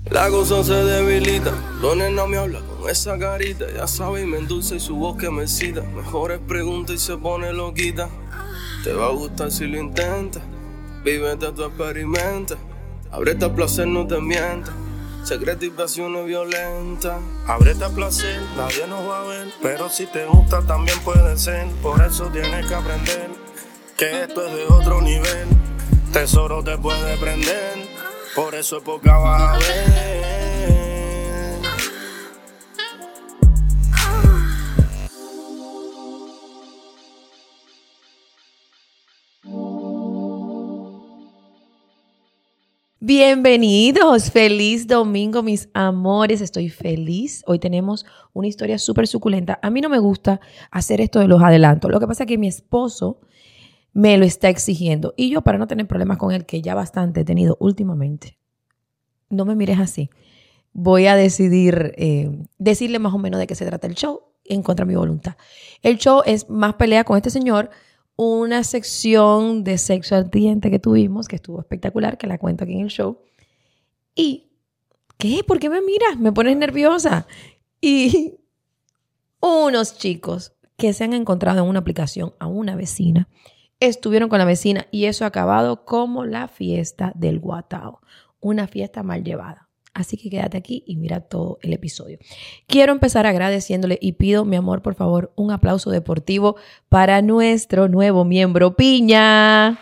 La cosa se debilita, Lones no me habla con esa carita. Ya sabe y me endulza y su voz que me cita. Mejores preguntas y se pone loquita. Te va a gustar si lo intentas. Vívete, tu experimenta. Ábrete al placer, no te mientas. Secreto y pasiones violentas. Ábrete al placer, nadie nos va a ver. Pero si te gusta también puede ser. Por eso tienes que aprender que esto es de otro nivel. Tesoro te puede prender. Por eso es poca vas a ver. Bienvenidos, feliz domingo mis amores, estoy feliz. Hoy tenemos una historia súper suculenta. A mí no me gusta hacer esto de los adelantos. Lo que pasa es que mi esposo me lo está exigiendo. Y yo, para no tener problemas con él, que ya bastante he tenido últimamente, no me mires así, voy a decidir decirle más o menos de qué se trata el show en contra de mi voluntad. El show es Más Pelea con este señor, una sección de sexo ardiente que tuvimos, que estuvo espectacular, que la cuento aquí en el show. ¿Y qué? ¿Por qué me miras? Me pones nerviosa. Y unos chicos que se han encontrado en una aplicación a una vecina, estuvieron con la vecina y eso ha acabado como la fiesta del Guatao. Una fiesta mal llevada. Así que quédate aquí y mira todo el episodio. Quiero empezar agradeciéndole y pido, mi amor, por favor, un aplauso deportivo para nuestro nuevo miembro, Piña.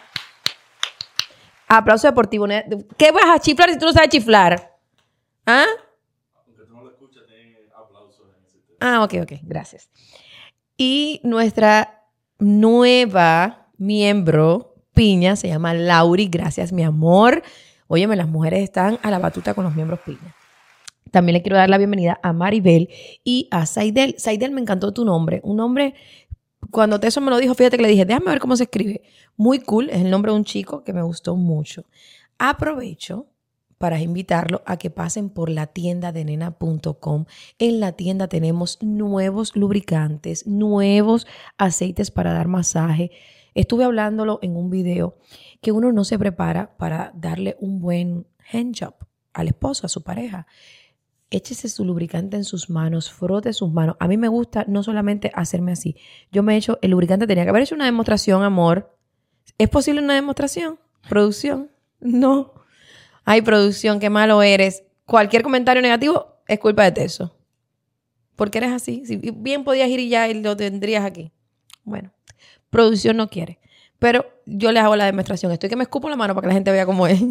Aplauso deportivo. ¿Qué vas a chiflar si tú no sabes chiflar? ¿Ah? Aunque tú no lo escuchas, tiene aplausos en ese tema. Ok, gracias. Y nuestra nueva miembro, Piña, se llama Lauri. Gracias, mi amor. Óyeme, las mujeres están a la batuta con los miembros Piña. También le quiero dar la bienvenida a Maribel y a Saidel. Saidel, me encantó tu nombre. Un nombre, cuando Teso me lo dijo, fíjate que le dije, déjame ver cómo se escribe. Muy cool, es el nombre de un chico que me gustó mucho. Aprovecho para invitarlo a que pasen por la tienda de nena.com. En la tienda tenemos nuevos lubricantes, nuevos aceites para dar masaje. Estuve hablándolo en un video que uno no se prepara para darle un buen handjob al esposo, a su pareja. Échese su lubricante en sus manos, frote sus manos. A mí me gusta no solamente hacerme así. Yo me he hecho, el lubricante tenía que haber hecho una demostración, amor. ¿Es posible una demostración? ¿Producción? No. Ay, producción, qué malo eres. Cualquier comentario negativo es culpa de Teso. ¿Por qué eres así? Si bien podías ir y ya y lo tendrías aquí. Bueno, producción no quiere. Pero yo le hago la demostración. Estoy que me escupo la mano para que la gente vea cómo es.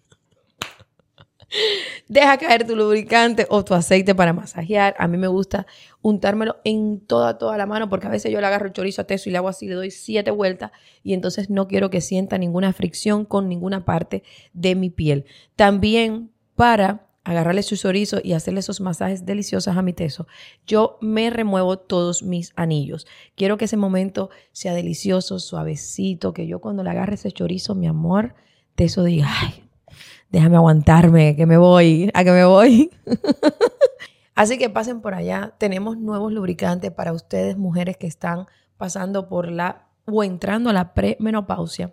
Deja caer tu lubricante o tu aceite para masajear. A mí me gusta untármelo en toda la mano porque a veces yo le agarro el chorizo a Teso y le hago así, le doy 7 vueltas y entonces no quiero que sienta ninguna fricción con ninguna parte de mi piel. También para agarrarle su chorizo y hacerle esos masajes deliciosos a mi Teso, yo me remuevo todos mis anillos. Quiero que ese momento sea delicioso, suavecito, que yo cuando le agarre ese chorizo, mi amor, Teso diga, ay, déjame aguantarme, que me voy, ¿a que me voy? Así que pasen por allá. Tenemos nuevos lubricantes para ustedes, mujeres que están pasando por o entrando a la premenopausia.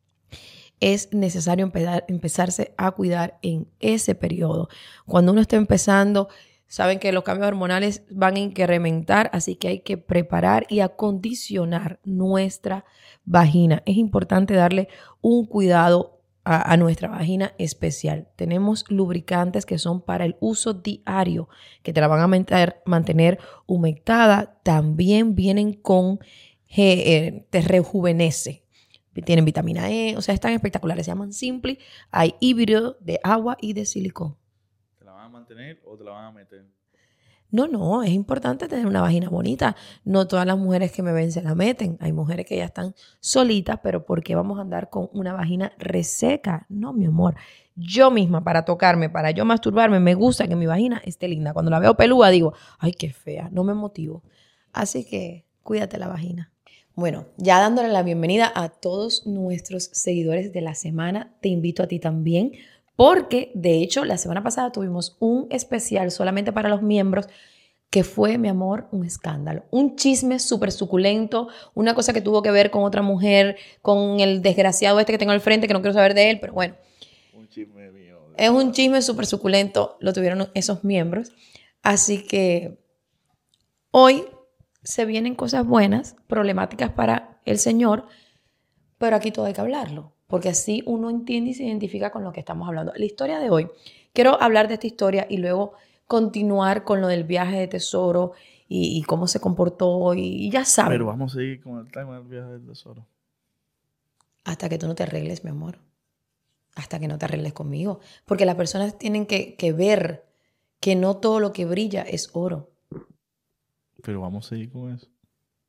Es necesario empezarse a cuidar en ese periodo. Cuando uno está empezando, saben que los cambios hormonales van a incrementar, así que hay que preparar y acondicionar nuestra vagina. Es importante darle un cuidado a nuestra vagina especial. Tenemos lubricantes que son para el uso diario, que te la van a mantener humectada. También vienen con, te rejuvenece. Tienen vitamina E, o sea, están espectaculares. Se llaman Simply. Hay híbrido de agua y de silicón. ¿Te la van a mantener o te la van a meter? No, es importante tener una vagina bonita. No todas las mujeres que me ven se la meten. Hay mujeres que ya están solitas, pero ¿por qué vamos a andar con una vagina reseca? No, mi amor. Yo misma, para tocarme, para yo masturbarme, me gusta que mi vagina esté linda. Cuando la veo pelúa, digo, ay, qué fea, no me motivo. Así que cuídate la vagina. Bueno, ya dándole la bienvenida a todos nuestros seguidores de la semana, te invito a ti también. Porque, de hecho, la semana pasada tuvimos un especial solamente para los miembros que fue, mi amor, un escándalo. Un chisme súper suculento, una cosa que tuvo que ver con otra mujer, con el desgraciado este que tengo al frente, que no quiero saber de él, pero bueno. Un chisme mío. Es un chisme súper suculento, lo tuvieron esos miembros. Así que hoy se vienen cosas buenas, problemáticas para el Señor, pero aquí todo hay que hablarlo, porque así uno entiende y se identifica con lo que estamos hablando. La historia de hoy, quiero hablar de esta historia y luego continuar con lo del viaje de tesoro y cómo se comportó y ya saben. Pero vamos a seguir con el tema del viaje del tesoro. Hasta que tú no te arregles, mi amor. Hasta que no te arregles conmigo. Porque las personas tienen que ver que no todo lo que brilla es oro. Pero vamos a seguir con eso.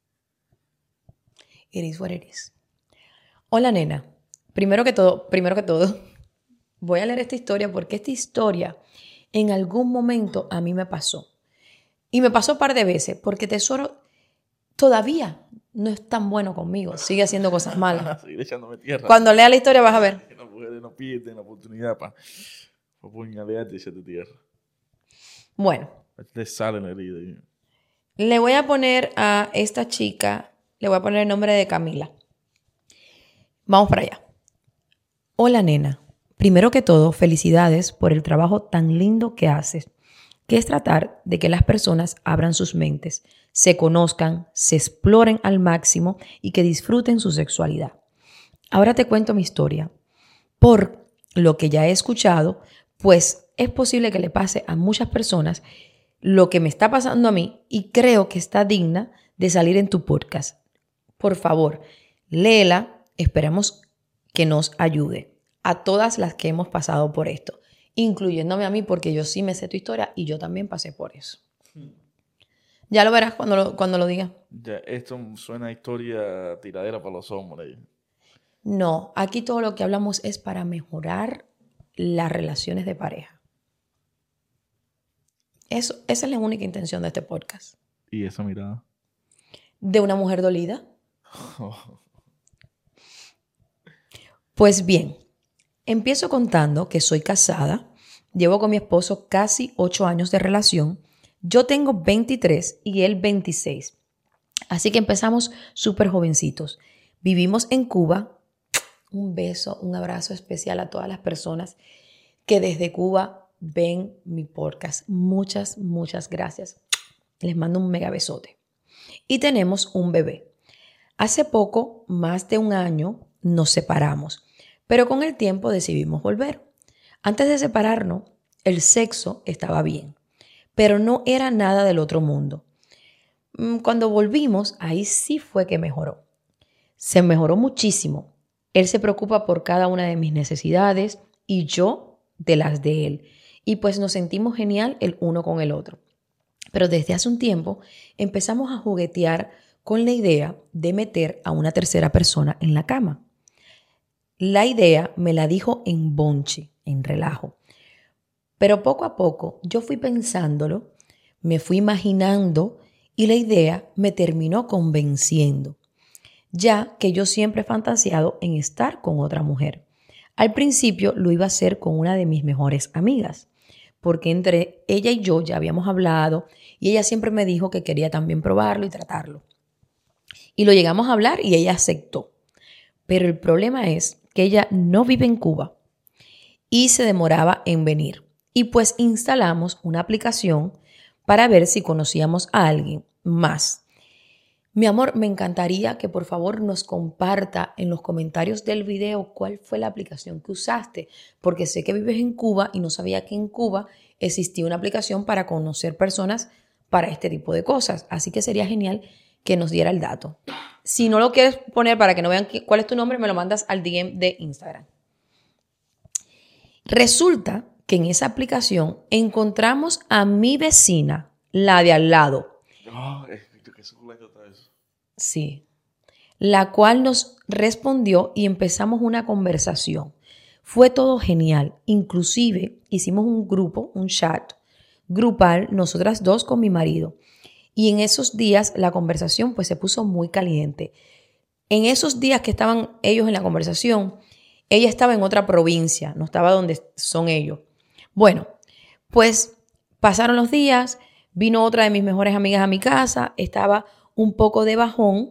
It is what it is. Hola, nena. Primero que todo, voy a leer esta historia porque esta historia en algún momento a mí me pasó. Y me pasó un par de veces porque Tesoro todavía no es tan bueno conmigo. Sigue haciendo cosas malas. Seguir echándome tierra. Cuando lea la historia vas a ver. Que las mujeres no pierden la oportunidad para puñalearte y echarte tierra. Bueno. Te sale la herida. Le voy a poner a esta chica, le voy a poner el nombre de Camila. Vamos para allá. Hola, nena. Primero que todo, felicidades por el trabajo tan lindo que haces, que es tratar de que las personas abran sus mentes, se conozcan, se exploren al máximo y que disfruten su sexualidad. Ahora te cuento mi historia. Por lo que ya he escuchado, pues es posible que le pase a muchas personas lo que me está pasando a mí y creo que está digna de salir en tu podcast. Por favor, léela, esperamos que nos ayude a todas las que hemos pasado por esto, incluyéndome a mí porque yo sí me sé tu historia y yo también pasé por eso. Ya lo verás cuando lo diga. Ya, esto suena a historia tiradera para los hombres. No, aquí todo lo que hablamos es para mejorar las relaciones de pareja. Esa es la única intención de este podcast. ¿Y esa mirada? ¿De una mujer dolida? Pues bien, empiezo contando que soy casada, llevo con mi esposo casi 8 años de relación, yo tengo 23 y él 26, así que empezamos súper jovencitos. Vivimos en Cuba. Un beso, un abrazo especial a todas las personas que desde Cuba ven mi podcast. Muchas, muchas gracias. Les mando un mega besote. Y tenemos un bebé. Hace poco, más de un año, nos separamos, pero con el tiempo decidimos volver. Antes de separarnos, el sexo estaba bien, pero no era nada del otro mundo. Cuando volvimos, ahí sí fue que mejoró. Se mejoró muchísimo. Él se preocupa por cada una de mis necesidades y yo de las de él. Y pues nos sentimos genial el uno con el otro. Pero desde hace un tiempo empezamos a juguetear con la idea de meter a una tercera persona en la cama. La idea me la dijo en bonche, en relajo. Pero poco a poco yo fui pensándolo, me fui imaginando y la idea me terminó convenciendo, ya que yo siempre he fantaseado en estar con otra mujer. Al principio lo iba a hacer con una de mis mejores amigas, porque entre ella y yo ya habíamos hablado y ella siempre me dijo que quería también probarlo y tratarlo. Y lo llegamos a hablar y ella aceptó. Pero el problema es que ella no vive en Cuba y se demoraba en venir. Y pues instalamos una aplicación para ver si conocíamos a alguien más. Mi amor, me encantaría que por favor nos comparta en los comentarios del video cuál fue la aplicación que usaste, porque sé que vives en Cuba y no sabía que en Cuba existía una aplicación para conocer personas para este tipo de cosas. Así que sería genial que nos diera el dato. Si no lo quieres poner para que no vean cuál es tu nombre, me lo mandas al DM de Instagram. Resulta que en esa aplicación encontramos a mi vecina, la de al lado. Qué suculento está eso. Sí. La cual nos respondió y empezamos una conversación. Fue todo genial. Inclusive hicimos un grupo, un chat grupal, nosotras dos con mi marido. Y en esos días la conversación pues se puso muy caliente. En esos días que estaban ellos en la conversación, ella estaba en otra provincia, no estaba donde son ellos. Bueno, pues pasaron los días, vino otra de mis mejores amigas a mi casa, estaba un poco de bajón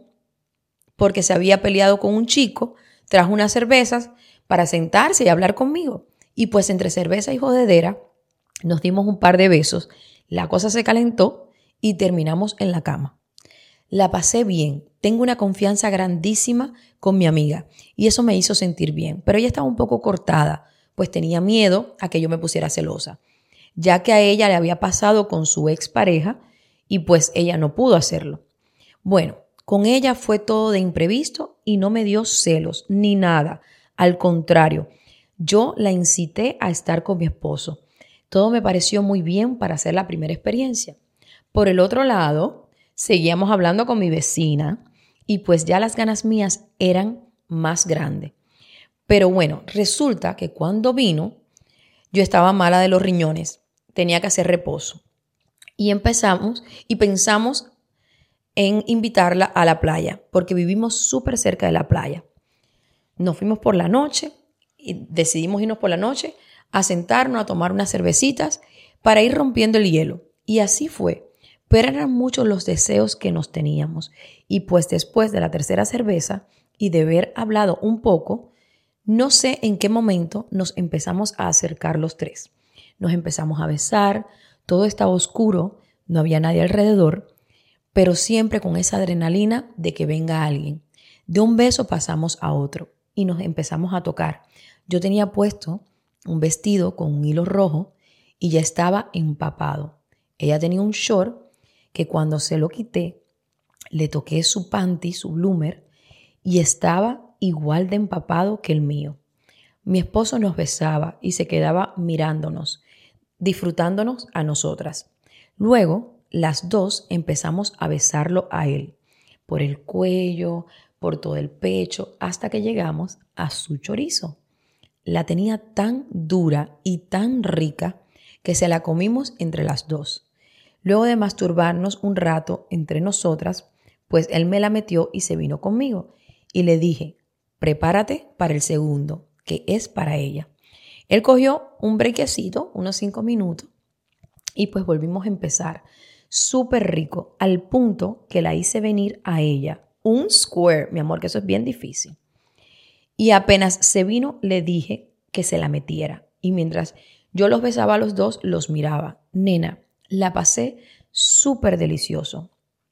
porque se había peleado con un chico, trajo unas cervezas para sentarse y hablar conmigo. Y pues entre cerveza y jodedera nos dimos un par de besos, la cosa se calentó y terminamos en la cama. La pasé bien, tengo una confianza grandísima con mi amiga y eso me hizo sentir bien, pero ella estaba un poco cortada, pues tenía miedo a que yo me pusiera celosa, ya que a ella le había pasado con su expareja y pues ella no pudo hacerlo. Bueno, con ella fue todo de imprevisto y no me dio celos ni nada, al contrario, yo la incité a estar con mi esposo. Todo me pareció muy bien para hacer la primera experiencia. Por el otro lado, seguíamos hablando con mi vecina y pues ya las ganas mías eran más grandes. Pero bueno, resulta que cuando vino, yo estaba mala de los riñones, tenía que hacer reposo. Y pensamos en invitarla a la playa, porque vivimos súper cerca de la playa. Nos fuimos por la noche y decidimos irnos por la noche a sentarnos, a tomar unas cervecitas para ir rompiendo el hielo. Y así fue. Pero eran muchos los deseos que nos teníamos. Y pues después de la tercera cerveza y de haber hablado un poco, no sé en qué momento nos empezamos a acercar los tres. Nos empezamos a besar, todo estaba oscuro, no había nadie alrededor, pero siempre con esa adrenalina de que venga alguien. De un beso pasamos a otro y nos empezamos a tocar. Yo tenía puesto un vestido con un hilo rojo y ya estaba empapado. Ella tenía un short que cuando se lo quité, le toqué su panty, su bloomer, y estaba igual de empapado que el mío. Mi esposo nos besaba y se quedaba mirándonos, disfrutándonos a nosotras. Luego, las dos empezamos a besarlo a él, por el cuello, por todo el pecho, hasta que llegamos a su chorizo. La tenía tan dura y tan rica que se la comimos entre las dos. Luego de masturbarnos un rato entre nosotras, pues él me la metió y se vino conmigo. Y le dije, prepárate para el segundo, que es para ella. Él cogió un brequecito, unos 5 minutos, y pues volvimos a empezar. Súper rico, al punto que la hice venir a ella. Un square, mi amor, que eso es bien difícil. Y apenas se vino, le dije que se la metiera. Y mientras yo los besaba a los dos, los miraba. Nena, la pasé súper delicioso.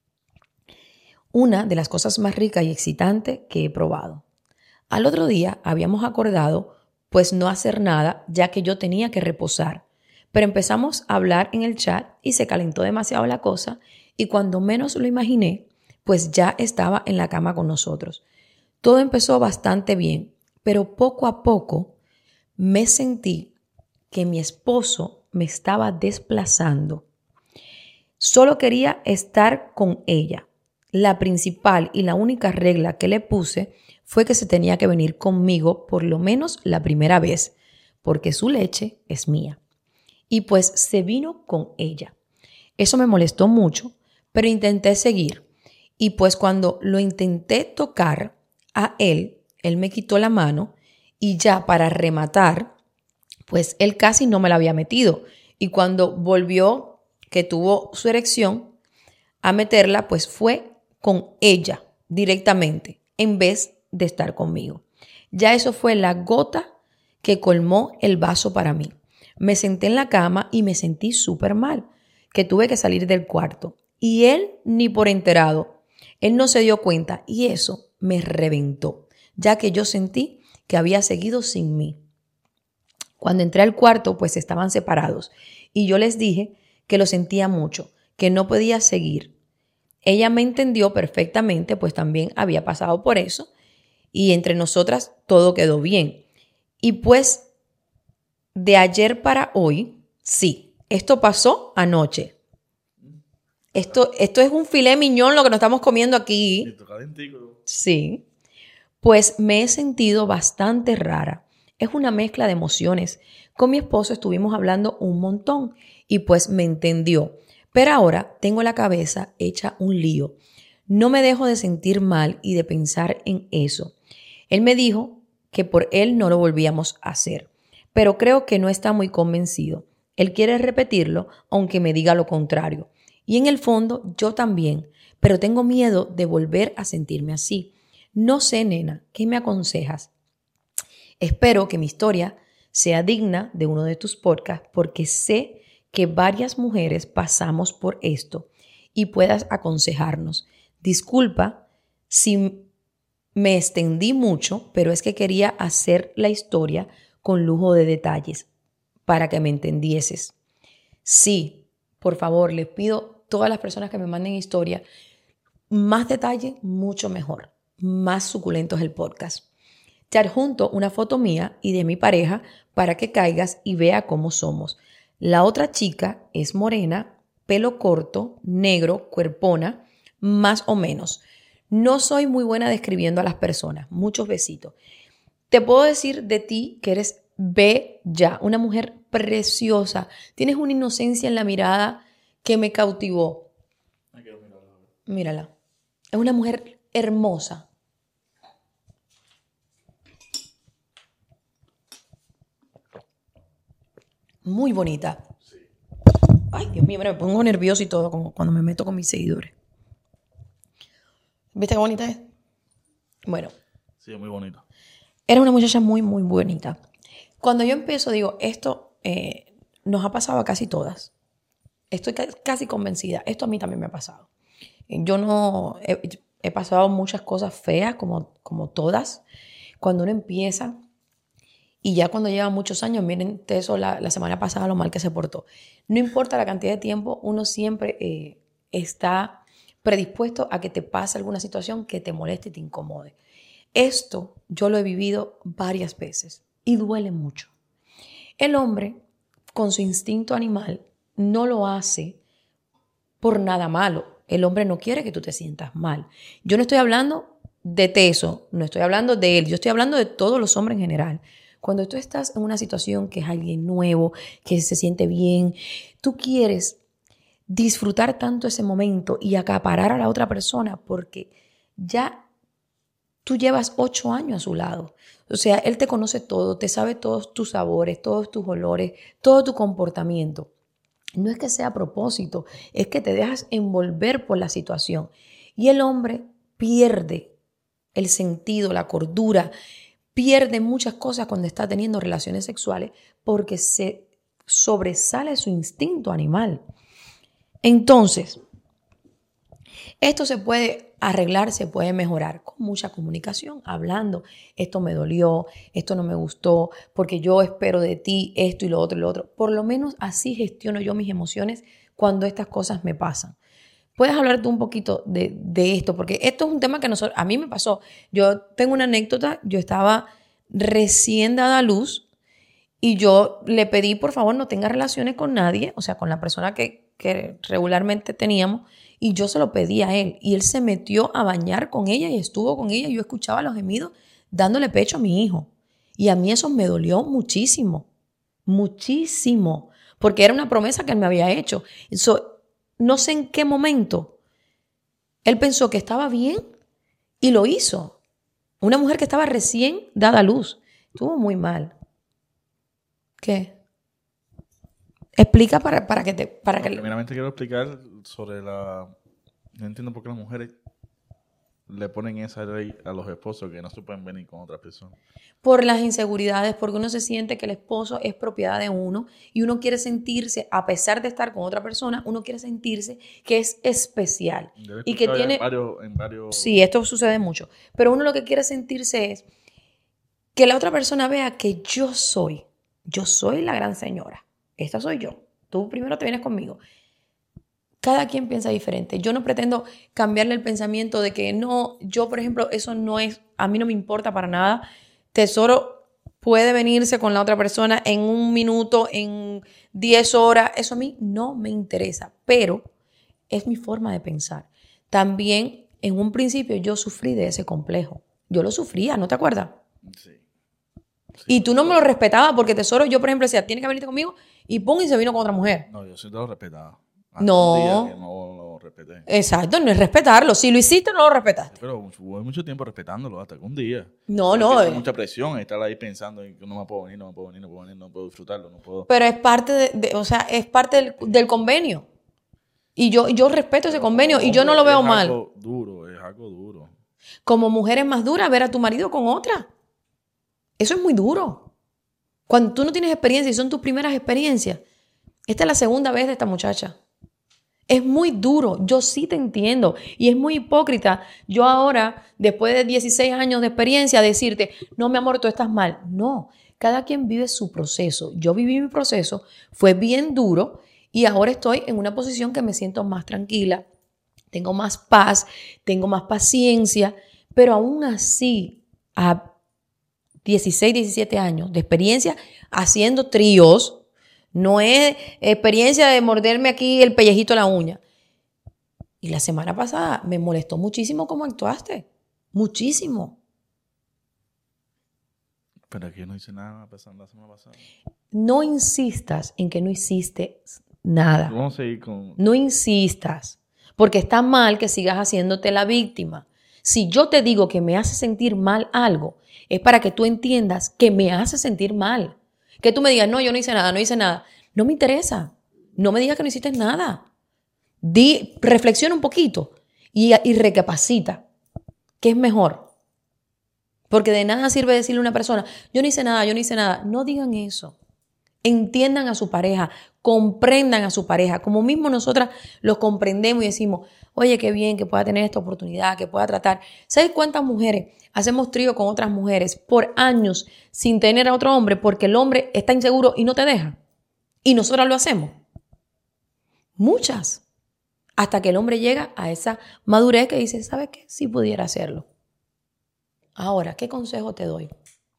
Una de las cosas más ricas y excitantes que he probado. Al otro día habíamos acordado pues no hacer nada ya que yo tenía que reposar. Pero empezamos a hablar en el chat y se calentó demasiado la cosa y cuando menos lo imaginé, pues ya estaba en la cama con nosotros. Todo empezó bastante bien, pero poco a poco me sentí que mi esposo me estaba desplazando. Solo quería estar con ella. La principal y la única regla que le puse fue que se tenía que venir conmigo por lo menos la primera vez, porque su leche es mía. Y pues se vino con ella. Eso me molestó mucho, pero intenté seguir. Y pues cuando lo intenté tocar a él me quitó la mano y ya para rematar, pues él casi no me la había metido. Y cuando volvió, que tuvo su erección, a meterla, pues fue con ella directamente, en vez de estar conmigo. Ya eso fue la gota que colmó el vaso para mí. Me senté en la cama y me sentí súper mal, que tuve que salir del cuarto. Y él ni por enterado. Él no se dio cuenta y eso me reventó, ya que yo sentí que había seguido sin mí. Cuando entré al cuarto, pues estaban separados y yo les dije que lo sentía mucho, que no podía seguir. Ella me entendió perfectamente, pues también había pasado por eso y entre nosotras todo quedó bien. Y pues de ayer para hoy, sí, esto pasó anoche. Esto es un filet mignon lo que nos estamos comiendo aquí. Sí. Pues me he sentido bastante rara. Es una mezcla de emociones. Con mi esposo estuvimos hablando un montón y pues me entendió. Pero ahora tengo la cabeza hecha un lío. No me dejo de sentir mal y de pensar en eso. Él me dijo que por él no lo volvíamos a hacer, pero creo que no está muy convencido. Él quiere repetirlo, aunque me diga lo contrario. Y en el fondo yo también, pero tengo miedo de volver a sentirme así. No sé, nena, ¿qué me aconsejas? Espero que mi historia sea digna de uno de tus podcasts porque sé que varias mujeres pasamos por esto y puedas aconsejarnos. Disculpa si me extendí mucho, pero es que quería hacer la historia con lujo de detalles para que me entendieses. Sí, por favor, les pido a todas las personas que me manden historia, más detalle, mucho mejor. Más suculento es el podcast. Te adjunto una foto mía y de mi pareja para que caigas y vea cómo somos. La otra chica es morena, pelo corto, negro, cuerpona, más o menos. No soy muy buena describiendo a las personas. Muchos besitos. Te puedo decir de ti que eres bella, una mujer preciosa. Tienes una inocencia en la mirada que me cautivó. Mírala. Es una mujer hermosa. Muy bonita. Sí. Ay, Dios mío, me pongo nervioso y todo como cuando me meto con mis seguidores. ¿Viste qué bonita es? Bueno. Sí, es muy bonito. Era una muchacha muy, muy bonita. Cuando yo empiezo, digo, esto nos ha pasado a casi todas. Estoy casi convencida. Esto a mí también me ha pasado. Yo no... He pasado muchas cosas feas, como todas. Cuando uno empieza... Y ya cuando lleva muchos años, miren eso la semana pasada lo mal que se portó. No importa la cantidad de tiempo, uno siempre está predispuesto a que te pase alguna situación que te moleste y te incomode. Esto yo lo he vivido varias veces y duele mucho. El hombre, con su instinto animal, no lo hace por nada malo. El hombre no quiere que tú te sientas mal. Yo no estoy hablando de Teso, no estoy hablando de él, yo estoy hablando de todos los hombres en general. Cuando tú estás en una situación que es alguien nuevo, que se siente bien, tú quieres disfrutar tanto ese momento y acaparar a la otra persona porque ya tú llevas 8 años a su lado. O sea, él te conoce todo, te sabe todos tus sabores, todos tus olores, todo tu comportamiento. No es que sea a propósito, es que te dejas envolver por la situación. Y el hombre pierde el sentido, la cordura, pierde muchas cosas cuando está teniendo relaciones sexuales porque se sobresale su instinto animal. Entonces, esto se puede arreglar, se puede mejorar con mucha comunicación, hablando. Esto me dolió, esto no me gustó, porque yo espero de ti esto y lo otro y lo otro. Por lo menos así gestiono yo mis emociones cuando estas cosas me pasan. ¿Puedes hablar tú un poquito de esto? Porque esto es un tema que a mí me pasó. Yo tengo una anécdota. Yo estaba recién dada a luz y yo le pedí, por favor, no tenga relaciones con nadie, o sea, con la persona que regularmente teníamos, y yo se lo pedí a él. Y él se metió a bañar con ella y estuvo con ella y yo escuchaba los gemidos dándole pecho a mi hijo. Y a mí eso me dolió muchísimo, muchísimo, porque era una promesa que él me había hecho. No sé en qué momento él pensó que estaba bien y lo hizo. Una mujer que estaba recién dada a luz. Estuvo muy mal. ¿Qué? Explica para que te... Primeramente quiero explicar sobre No entiendo por qué las mujeres le ponen esa ley a los esposos que no se pueden venir con otra persona. Por las inseguridades, porque uno se siente que el esposo es propiedad de uno y uno quiere sentirse, a pesar de estar con otra persona, uno quiere sentirse que es especial. Y que tiene... En varios... Sí, esto sucede mucho. Pero uno lo que quiere sentirse es que la otra persona vea que yo soy la gran señora. Esta soy yo. Tú primero te vienes conmigo. Cada quien piensa diferente. Yo no pretendo cambiarle el pensamiento de que no, yo por ejemplo, eso no es, a mí no me importa para nada. Tesoro puede venirse con la otra persona en 1 minuto, en 10 horas. Eso a mí no me interesa, pero es mi forma de pensar. También en un principio yo sufrí de ese complejo. Yo lo sufría, ¿no te acuerdas? Sí. Y tú no me lo respetabas porque Tesoro, yo por ejemplo decía, tienes que venirte conmigo y pum, y se vino con otra mujer. No, yo sí te lo respetaba. No. Un día que no lo respeté. Exacto, no es respetarlo. Si lo hiciste, no lo respetaste. Pero hubo mucho tiempo respetándolo hasta que un día. No. Es mucha presión estar ahí pensando en que no me puedo venir, no puedo disfrutarlo, no puedo. Pero es parte es parte del convenio. Y yo respeto ese convenio y yo no lo veo mal. Es algo duro. Como mujer es más dura ver a tu marido con otra. Eso es muy duro. Cuando tú no tienes experiencia y son tus primeras experiencias, esta es la segunda vez de esta muchacha. Es muy duro, yo sí te entiendo y es muy hipócrita yo ahora, después de 16 años de experiencia, decirte, no, mi amor, tú estás mal. No, cada quien vive su proceso. Yo viví mi proceso, fue bien duro y ahora estoy en una posición que me siento más tranquila, tengo más paz, tengo más paciencia, pero aún así, a 16, 17 años de experiencia haciendo tríos, no es experiencia de morderme aquí el pellejito de la uña. Y la semana pasada me molestó muchísimo cómo actuaste. Muchísimo. Pero aquí no hice nada pasando la semana pasada. No insistas en que no hiciste nada. Vamos a seguir con... No insistas. Porque está mal que sigas haciéndote la víctima. Si yo te digo que me hace sentir mal algo, es para que tú entiendas que me hace sentir mal. Que tú me digas, no, yo no hice nada, no hice nada. No me interesa. No me digas que no hiciste nada. Reflexiona un poquito y recapacita. ¿Qué es mejor? Porque de nada sirve decirle a una persona, yo no hice nada, yo no hice nada. No digan eso. Entiendan a su pareja, comprendan a su pareja. Como mismo nosotras los comprendemos y decimos, oye, qué bien que pueda tener esta oportunidad, que pueda tratar. ¿Sabes cuántas mujeres hacemos trío con otras mujeres por años sin tener a otro hombre porque el hombre está inseguro y no te deja? Y nosotras lo hacemos. Muchas. Hasta que el hombre llega a esa madurez que dice, ¿sabes qué? Sí pudiera hacerlo. Ahora, ¿qué consejo te doy?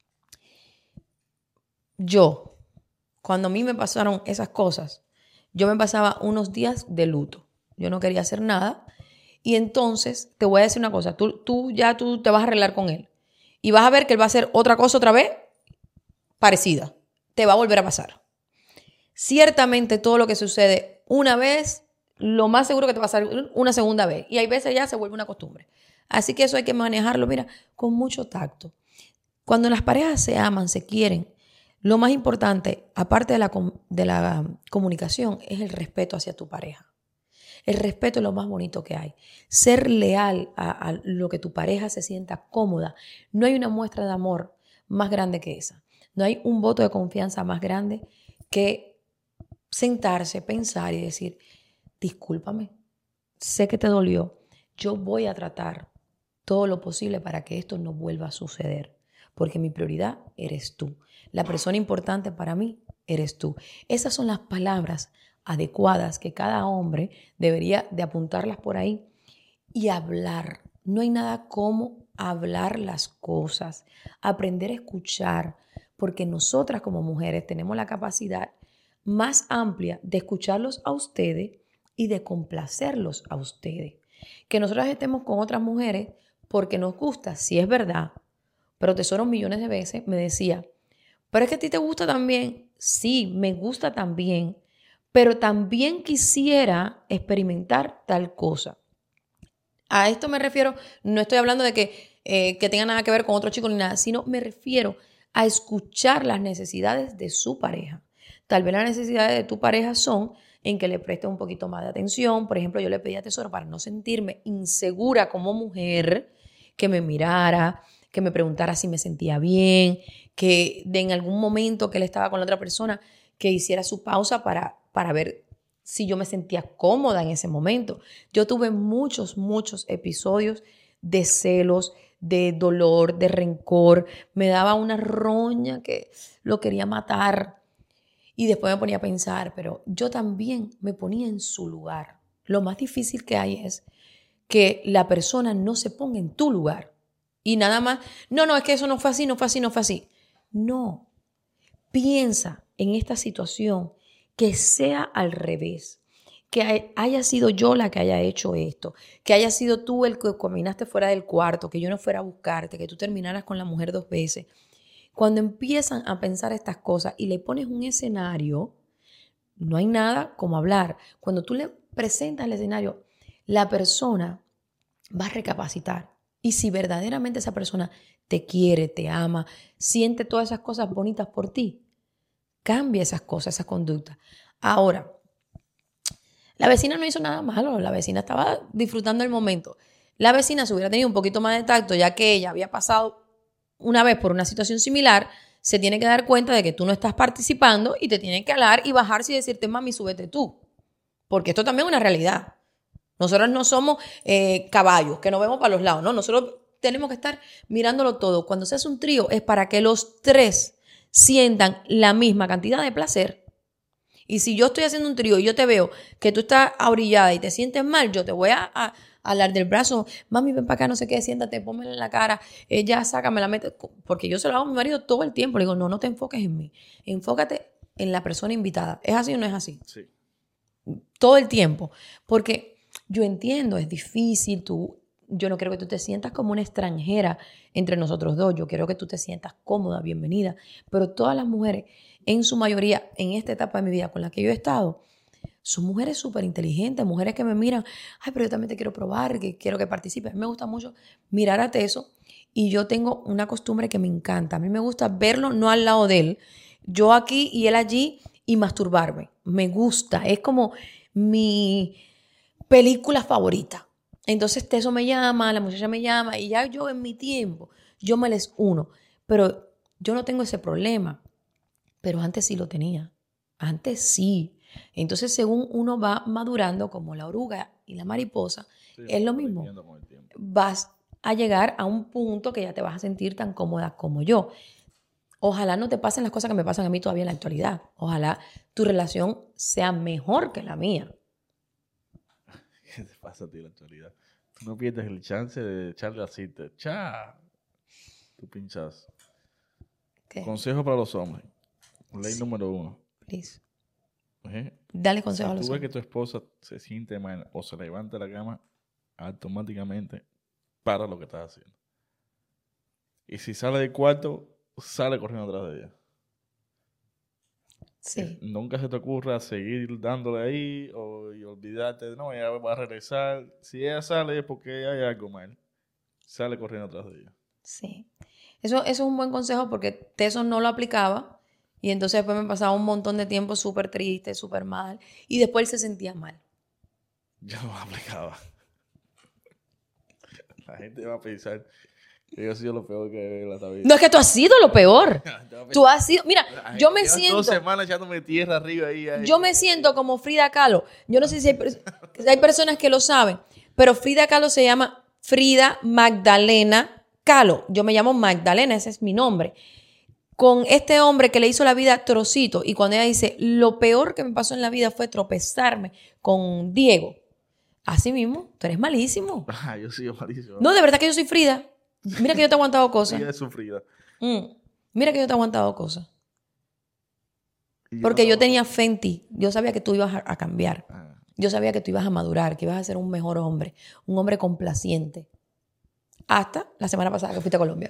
Yo, cuando a mí me pasaron esas cosas, yo me pasaba unos días de luto. Yo no quería hacer nada. Y entonces, te voy a decir una cosa. Tú te vas a arreglar con él. Y vas a ver que él va a hacer otra cosa otra vez parecida. Te va a volver a pasar. Ciertamente todo lo que sucede una vez, lo más seguro que te va a salir una segunda vez. Y hay veces ya se vuelve una costumbre. Así que eso hay que manejarlo, mira, con mucho tacto. Cuando las parejas se aman, se quieren, lo más importante, aparte de la comunicación, es el respeto hacia tu pareja. El respeto es lo más bonito que hay. Ser leal a lo que tu pareja se sienta cómoda. No hay una muestra de amor más grande que esa. No hay un voto de confianza más grande que sentarse, pensar y decir, discúlpame, sé que te dolió. Yo voy a tratar todo lo posible para que esto no vuelva a suceder. Porque mi prioridad eres tú. La persona importante para mí eres tú. Esas son las palabras adecuadas que cada hombre debería de apuntarlas por ahí y hablar. No hay nada como hablar las cosas, aprender a escuchar, porque nosotras como mujeres tenemos la capacidad más amplia de escucharlos a ustedes y de complacerlos a ustedes. Que nosotras estemos con otras mujeres porque nos gusta, sí es verdad, pero Tesoro millones de veces me decía, pero es que a ti te gusta también. Sí, me gusta también, pero también quisiera experimentar tal cosa. A esto me refiero, no estoy hablando de que tenga nada que ver con otro chico ni nada, sino me refiero a escuchar las necesidades de su pareja. Tal vez las necesidades de tu pareja son en que le prestes un poquito más de atención. Por ejemplo, yo le pedí a Tesoro para no sentirme insegura como mujer, que me mirara, que me preguntara si me sentía bien, que en algún momento que él estaba con la otra persona, que hiciera su pausa para ver si yo me sentía cómoda en ese momento. Yo tuve muchos episodios de celos, de dolor, de rencor. Me daba una roña que lo quería matar. Y después me ponía a pensar, pero yo también me ponía en su lugar. Lo más difícil que hay es que la persona no se ponga en tu lugar. Y nada más, no, es que eso no fue así, no fue así, no fue así. No, piensa en esta situación que sea al revés. Que haya sido yo la que haya hecho esto. Que haya sido tú el que caminaste fuera del cuarto, que yo no fuera a buscarte, que tú terminaras con la mujer 2 veces. Cuando empiezan a pensar estas cosas y le pones un escenario, no hay nada como hablar. Cuando tú le presentas el escenario, la persona va a recapacitar. Y si verdaderamente esa persona te quiere, te ama, siente todas esas cosas bonitas por ti, cambia esas cosas, esas conductas. Ahora, la vecina no hizo nada malo, la vecina estaba disfrutando el momento. La vecina, si hubiera tenido un poquito más de tacto, ya que ella había pasado una vez por una situación similar, se tiene que dar cuenta de que tú no estás participando y te tiene que hablar y bajarse y decirte, mami, súbete tú. Porque esto también es una realidad. Nosotros no somos caballos que nos vemos para los lados, ¿no? Nosotros tenemos que estar mirándolo todo. Cuando se hace un trío es para que los tres sientan la misma cantidad de placer. Y si yo estoy haciendo un trío y yo te veo que tú estás ahorillada y te sientes mal, yo te voy a hablar del brazo, mami, ven para acá, no sé qué, siéntate, pónmela en la cara, ya sácame la mete. Porque yo se lo hago a mi marido todo el tiempo. Le digo, no te enfoques en mí, enfócate en la persona invitada. ¿Es así o no es así? Sí. Todo el tiempo. Porque yo entiendo, es difícil, yo no quiero que tú te sientas como una extranjera entre nosotros dos, yo quiero que tú te sientas cómoda, bienvenida, pero todas las mujeres, en su mayoría, en esta etapa de mi vida con la que yo he estado, son mujeres súper inteligentes, mujeres que me miran, ay, pero yo también te quiero probar, que quiero que participes. A mí me gusta mucho mirar a Teso y yo tengo una costumbre que me encanta. A mí me gusta verlo no al lado de él, yo aquí y él allí y masturbarme. Me gusta, es como mi película favorita. Entonces Teso me llama, la muchacha me llama y ya yo en mi tiempo, yo me les uno. Pero yo no tengo ese problema. Pero antes sí lo tenía. Antes sí. Entonces, según uno va madurando, como la oruga y la mariposa, sí, es lo mismo. Vas a llegar a un punto que ya te vas a sentir tan cómoda como yo. Ojalá no te pasen las cosas que me pasan a mí todavía en la actualidad. Ojalá tu relación sea mejor que la mía. ¿Qué te pasa a ti en la actualidad? Tú no pierdes el chance de echarle así. Tú pinchas. ¿Qué? Consejo para los hombres. Ley número 1. Please. ¿Eh? Dale consejo a los hombres. Si tú ves hombres. que tu esposa se siente mal o se levanta de la cama, automáticamente para lo que estás haciendo. Y si sale del cuarto, sale corriendo atrás de ella. Sí. Nunca se te ocurra seguir dándole ahí y olvidarte de no, ella va a regresar. Si ella sale es porque hay algo mal. Sale corriendo atrás de ella. Sí. Eso es un buen consejo porque Teso no lo aplicaba y entonces después me pasaba un montón de tiempo súper triste, súper mal y después él se sentía mal. Yo no lo aplicaba. La gente va a pensar que yo he sido lo peor que en la vida. No, es que tú has sido lo peor. Tú has sido... Mira, yo me siento... 2 semanas echándome tierra arriba ahí. Yo me siento como Frida Kahlo. Yo no sé si hay personas que lo saben, pero Frida Kahlo se llama Frida Magdalena Kahlo. Yo me llamo Magdalena, ese es mi nombre. Con este hombre que le hizo la vida trocito y cuando ella dice, lo peor que me pasó en la vida fue tropezarme con Diego. Así mismo, tú eres malísimo. Yo soy malísimo. No, de verdad que yo soy Frida. Mira que yo te he aguantado cosas. Ella es sufrida. Mira que yo te he aguantado cosas. Porque yo tenía fe en ti. Yo sabía que tú ibas a cambiar. Yo sabía que tú ibas a madurar, que ibas a ser un mejor hombre. Un hombre complaciente. Hasta la semana pasada que fuiste a Colombia.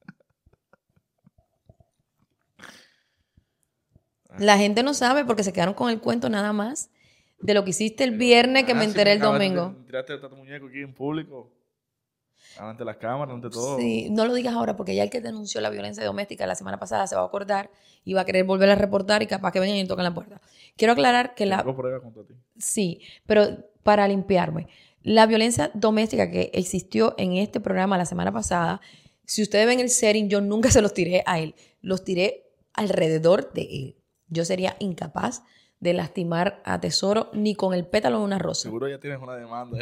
La gente no sabe porque se quedaron con el cuento nada más de lo que hiciste el viernes que me enteré el domingo. Tiraste a tu muñeco aquí en público. Ante las cámaras, ante todo. Sí, no lo digas ahora porque ya el que denunció la violencia doméstica la semana pasada se va a acordar y va a querer volver a reportar y capaz que vengan y toquen la puerta. Quiero aclarar que Tengo pruebas contra ti. Sí, pero para limpiarme. La violencia doméstica que existió en este programa la semana pasada, si ustedes ven el setting, yo nunca se los tiré a él. Los tiré alrededor de él. Yo sería incapaz de lastimar a Tesoro ni con el pétalo de una rosa. Seguro ya tienes una demanda.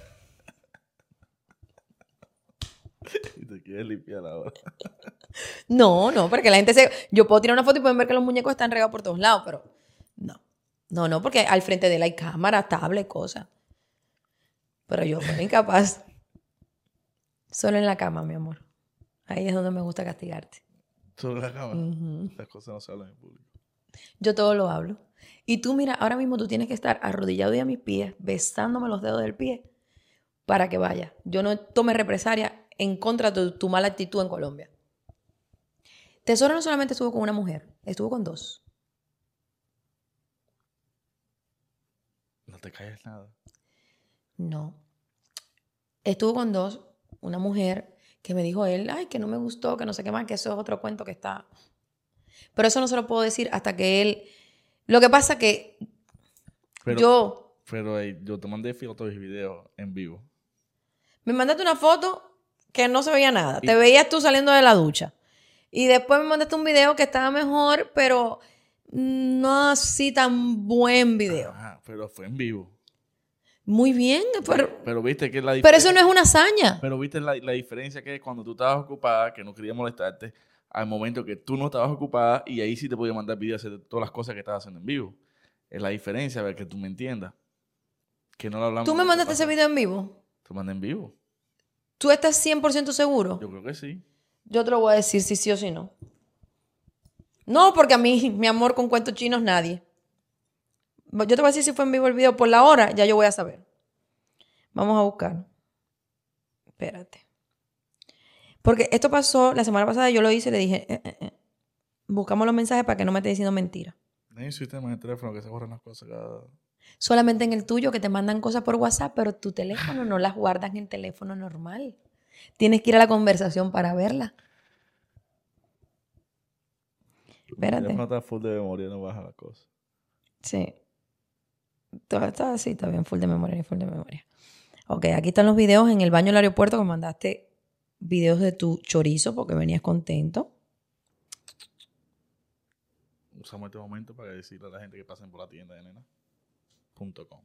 Y te quieres limpiar ahora. No, porque la gente yo puedo tirar una foto y pueden ver que los muñecos están regados por todos lados, pero no, porque al frente de él hay cámara, tablet, cosas. Pero yo soy incapaz. Solo en la cama, mi amor. Ahí es donde me gusta castigarte. Solo en la cama. Uh-huh. Las cosas no se hablan en público. Yo todo lo hablo. Y tú, mira, ahora mismo tú tienes que estar arrodillado y a mis pies, besándome los dedos del pie para que vaya. Yo no tome represalia en contra de tu mala actitud en Colombia. Tesoro no solamente estuvo con una mujer, estuvo con 2. No te calles nada. No. Estuvo con 2, una mujer que me dijo él, ay, que no me gustó, que no sé qué más, que eso es otro cuento que está... Pero eso no se lo puedo decir hasta que él... Lo que pasa que Pero yo te mandé fotos y videos en vivo. Me mandaste una foto que no se veía nada. Te veías tú saliendo de la ducha. Y después me mandaste un video que estaba mejor, pero no así tan buen video. Ah, pero fue en vivo. Muy bien, Pero viste que la pero diferencia. eso no es una hazaña. Pero viste la diferencia que es cuando tú estabas ocupada, que no quería molestarte, al momento que tú no estabas ocupada y ahí sí te podía mandar videos de todas las cosas que estabas haciendo en vivo. Es la diferencia, a ver, que tú me entiendas. Que no lo hablamos. ¿Tú me mandaste ese video en vivo? Te mandé en vivo. ¿Tú estás 100% seguro? Yo creo que sí. Yo te lo voy a decir si sí o si no. No, porque a mí, mi amor, con cuentos chinos, nadie. Yo te voy a decir si fue en vivo el video. Por la hora, ya yo voy a saber. Vamos a buscar. Espérate. Porque esto pasó la semana pasada, yo lo hice y le dije, buscamos los mensajes para que no me esté diciendo mentiras. No hay un sistema de teléfono que se borran las cosas cada... Solamente en el tuyo, que te mandan cosas por WhatsApp, pero tu teléfono no las guardas en el teléfono normal. Tienes que ir a la conversación para verla. Espérate. No está full de memoria, no baja las cosas. Sí. Todo está así, está bien, full de memoria, full de memoria. Ok, aquí están los videos en el baño del aeropuerto que mandaste videos de tu chorizo porque venías contento. Usamos este momento para decirle a la gente que pasen por la tienda de nena.com.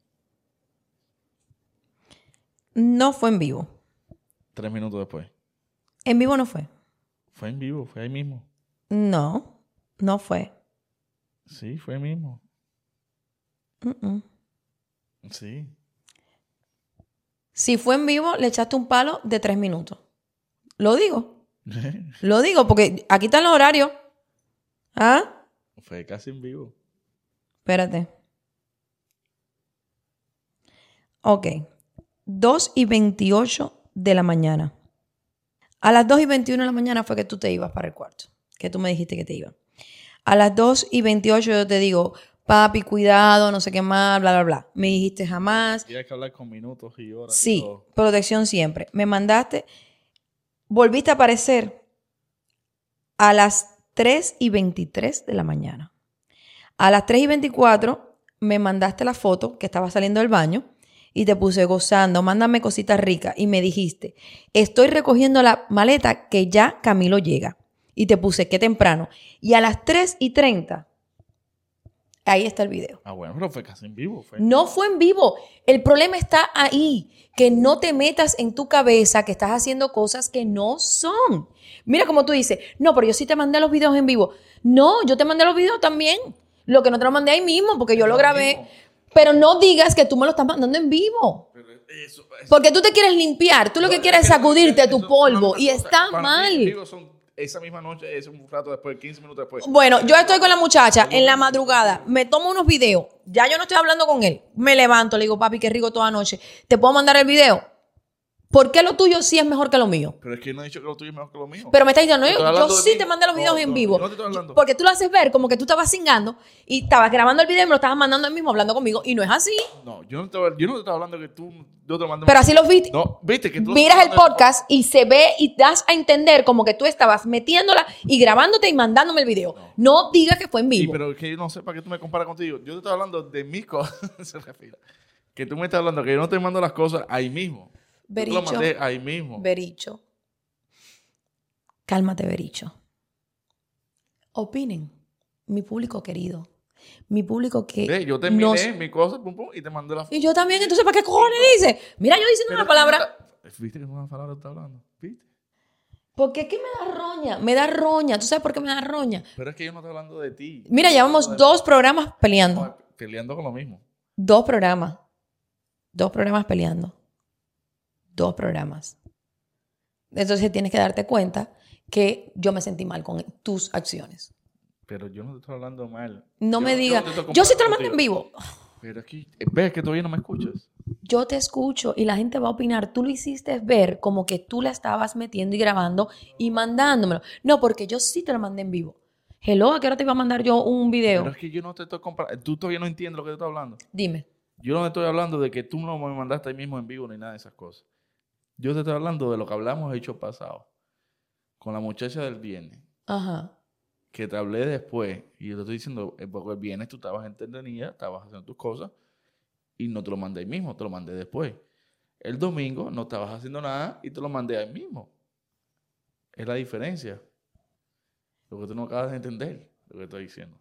No fue en vivo. 3 minutos después. En vivo no fue. Fue en vivo, fue ahí mismo. No, no fue. Sí, fue ahí mismo. Sí. Si fue en vivo, le echaste un palo de 3 minutos. Lo digo. Lo digo porque aquí están los horarios. ¿Ah? Fue casi en vivo. Espérate. Ok. 2:28 de la mañana. A las 2:21 de la mañana fue que tú te ibas para el cuarto. Que tú me dijiste que te ibas. A las 2:28 yo te digo, papi, cuidado, no sé qué más, bla, bla, bla. Me dijiste jamás. Tienes que hablar con minutos y horas. Sí, y todo. protección siempre. Me mandaste, volviste a aparecer a las 3:23 de la mañana. A las 3:24 me mandaste la foto que estaba saliendo del baño y te puse gozando, mándame cositas ricas. Y me dijiste, estoy recogiendo la maleta que ya Camilo llega. Y te puse, qué temprano. Y a las 3:30, ahí está el video. Ah, bueno, pero fue casi en vivo. No fue en vivo. El problema está ahí. Que no te metas en tu cabeza que estás haciendo cosas que no son. Mira como tú dices, no, pero yo sí te mandé los videos en vivo. No, yo te mandé los videos también. Lo que no te lo mandé ahí mismo porque yo lo grabé. Mismo. Pero no digas que tú me lo estás mandando en vivo. Eso, Porque tú te quieres limpiar. Tú lo que quieres es sacudirte tu polvo. Y está mal. Esa misma noche, es un rato después, 15 minutos después. Bueno, yo estoy con la muchacha en la madrugada, me tomo unos videos, ya yo no estoy hablando con él, me levanto, le digo, papi, qué rico toda noche, ¿te puedo mandar el video? ¿Por qué lo tuyo sí es mejor que lo mío? Pero es que no he dicho que lo tuyo es mejor que lo mío. Pero me estás diciendo, Estoy yo hablando de sí mí. te mandé los videos en vivo. No te estoy hablando. Porque tú lo haces ver como que tú estabas cingando y estabas grabando el video y me lo estabas mandando el mismo hablando conmigo y no es así. No, yo no te estaba hablando que tú... Yo te mandé. Pero así los viste. No, viste que tú... Miras el podcast y se ve y das a entender como que tú estabas metiéndola y grabándote y mandándome el video. No digas que fue en Sí, vivo. pero es que yo no sé para qué tú me comparas contigo. Yo te estoy hablando de mis cosas. Se refiere. Que tú me estás hablando que yo no te mando las cosas ahí mismo. Yo te lo Bericho. mandé ahí mismo. Bericho. Cálmate, Bericho. Opinen. Mi público querido. Mi público que Ve, yo terminé mi cosa, pum, pum, y te mandé la foto. Y yo también, entonces, ¿para qué cojones dice? Mira, yo diciendo una palabra. ¿Viste que una palabra está hablando? ¿Viste? Porque ¿qué me da roña? Me da roña. ¿Tú sabes por qué me da roña? Pero es que yo no estoy hablando de ti. Mira, llevamos 2 programas peleando. Peleando con lo mismo. 2 programas. 2 programas peleando. 2 programas. Entonces tienes que darte cuenta que yo me sentí mal con tus acciones. Pero yo no te estoy hablando mal. No me digas. te estoy Yo sí te lo comparando mandé en contigo. vivo. Pero es que ves que todavía no me escuchas. Yo te escucho y la gente va a opinar. Tú lo hiciste ver como que tú la estabas metiendo y grabando y mandándomelo. No, porque yo sí te lo mandé en vivo. Hello, ¿a qué hora te iba a mandar yo un video? Pero es que yo no te estoy comparando. Tú todavía no entiendes lo que te estoy hablando. Dime. Yo no te estoy hablando de que tú no me mandaste ahí mismo en vivo ni nada de esas cosas. Yo te estoy hablando de lo que hablamos el hecho pasado. Con la muchacha del viernes. Ajá. Que te hablé después. Y yo te estoy diciendo, porque el viernes tú estabas entretenida, estabas haciendo tus cosas. Y no te lo mandé ahí mismo, te lo mandé después. El domingo no estabas haciendo nada y te lo mandé ahí mismo. Es la diferencia. Lo que tú no acabas de entender, lo que estoy diciendo.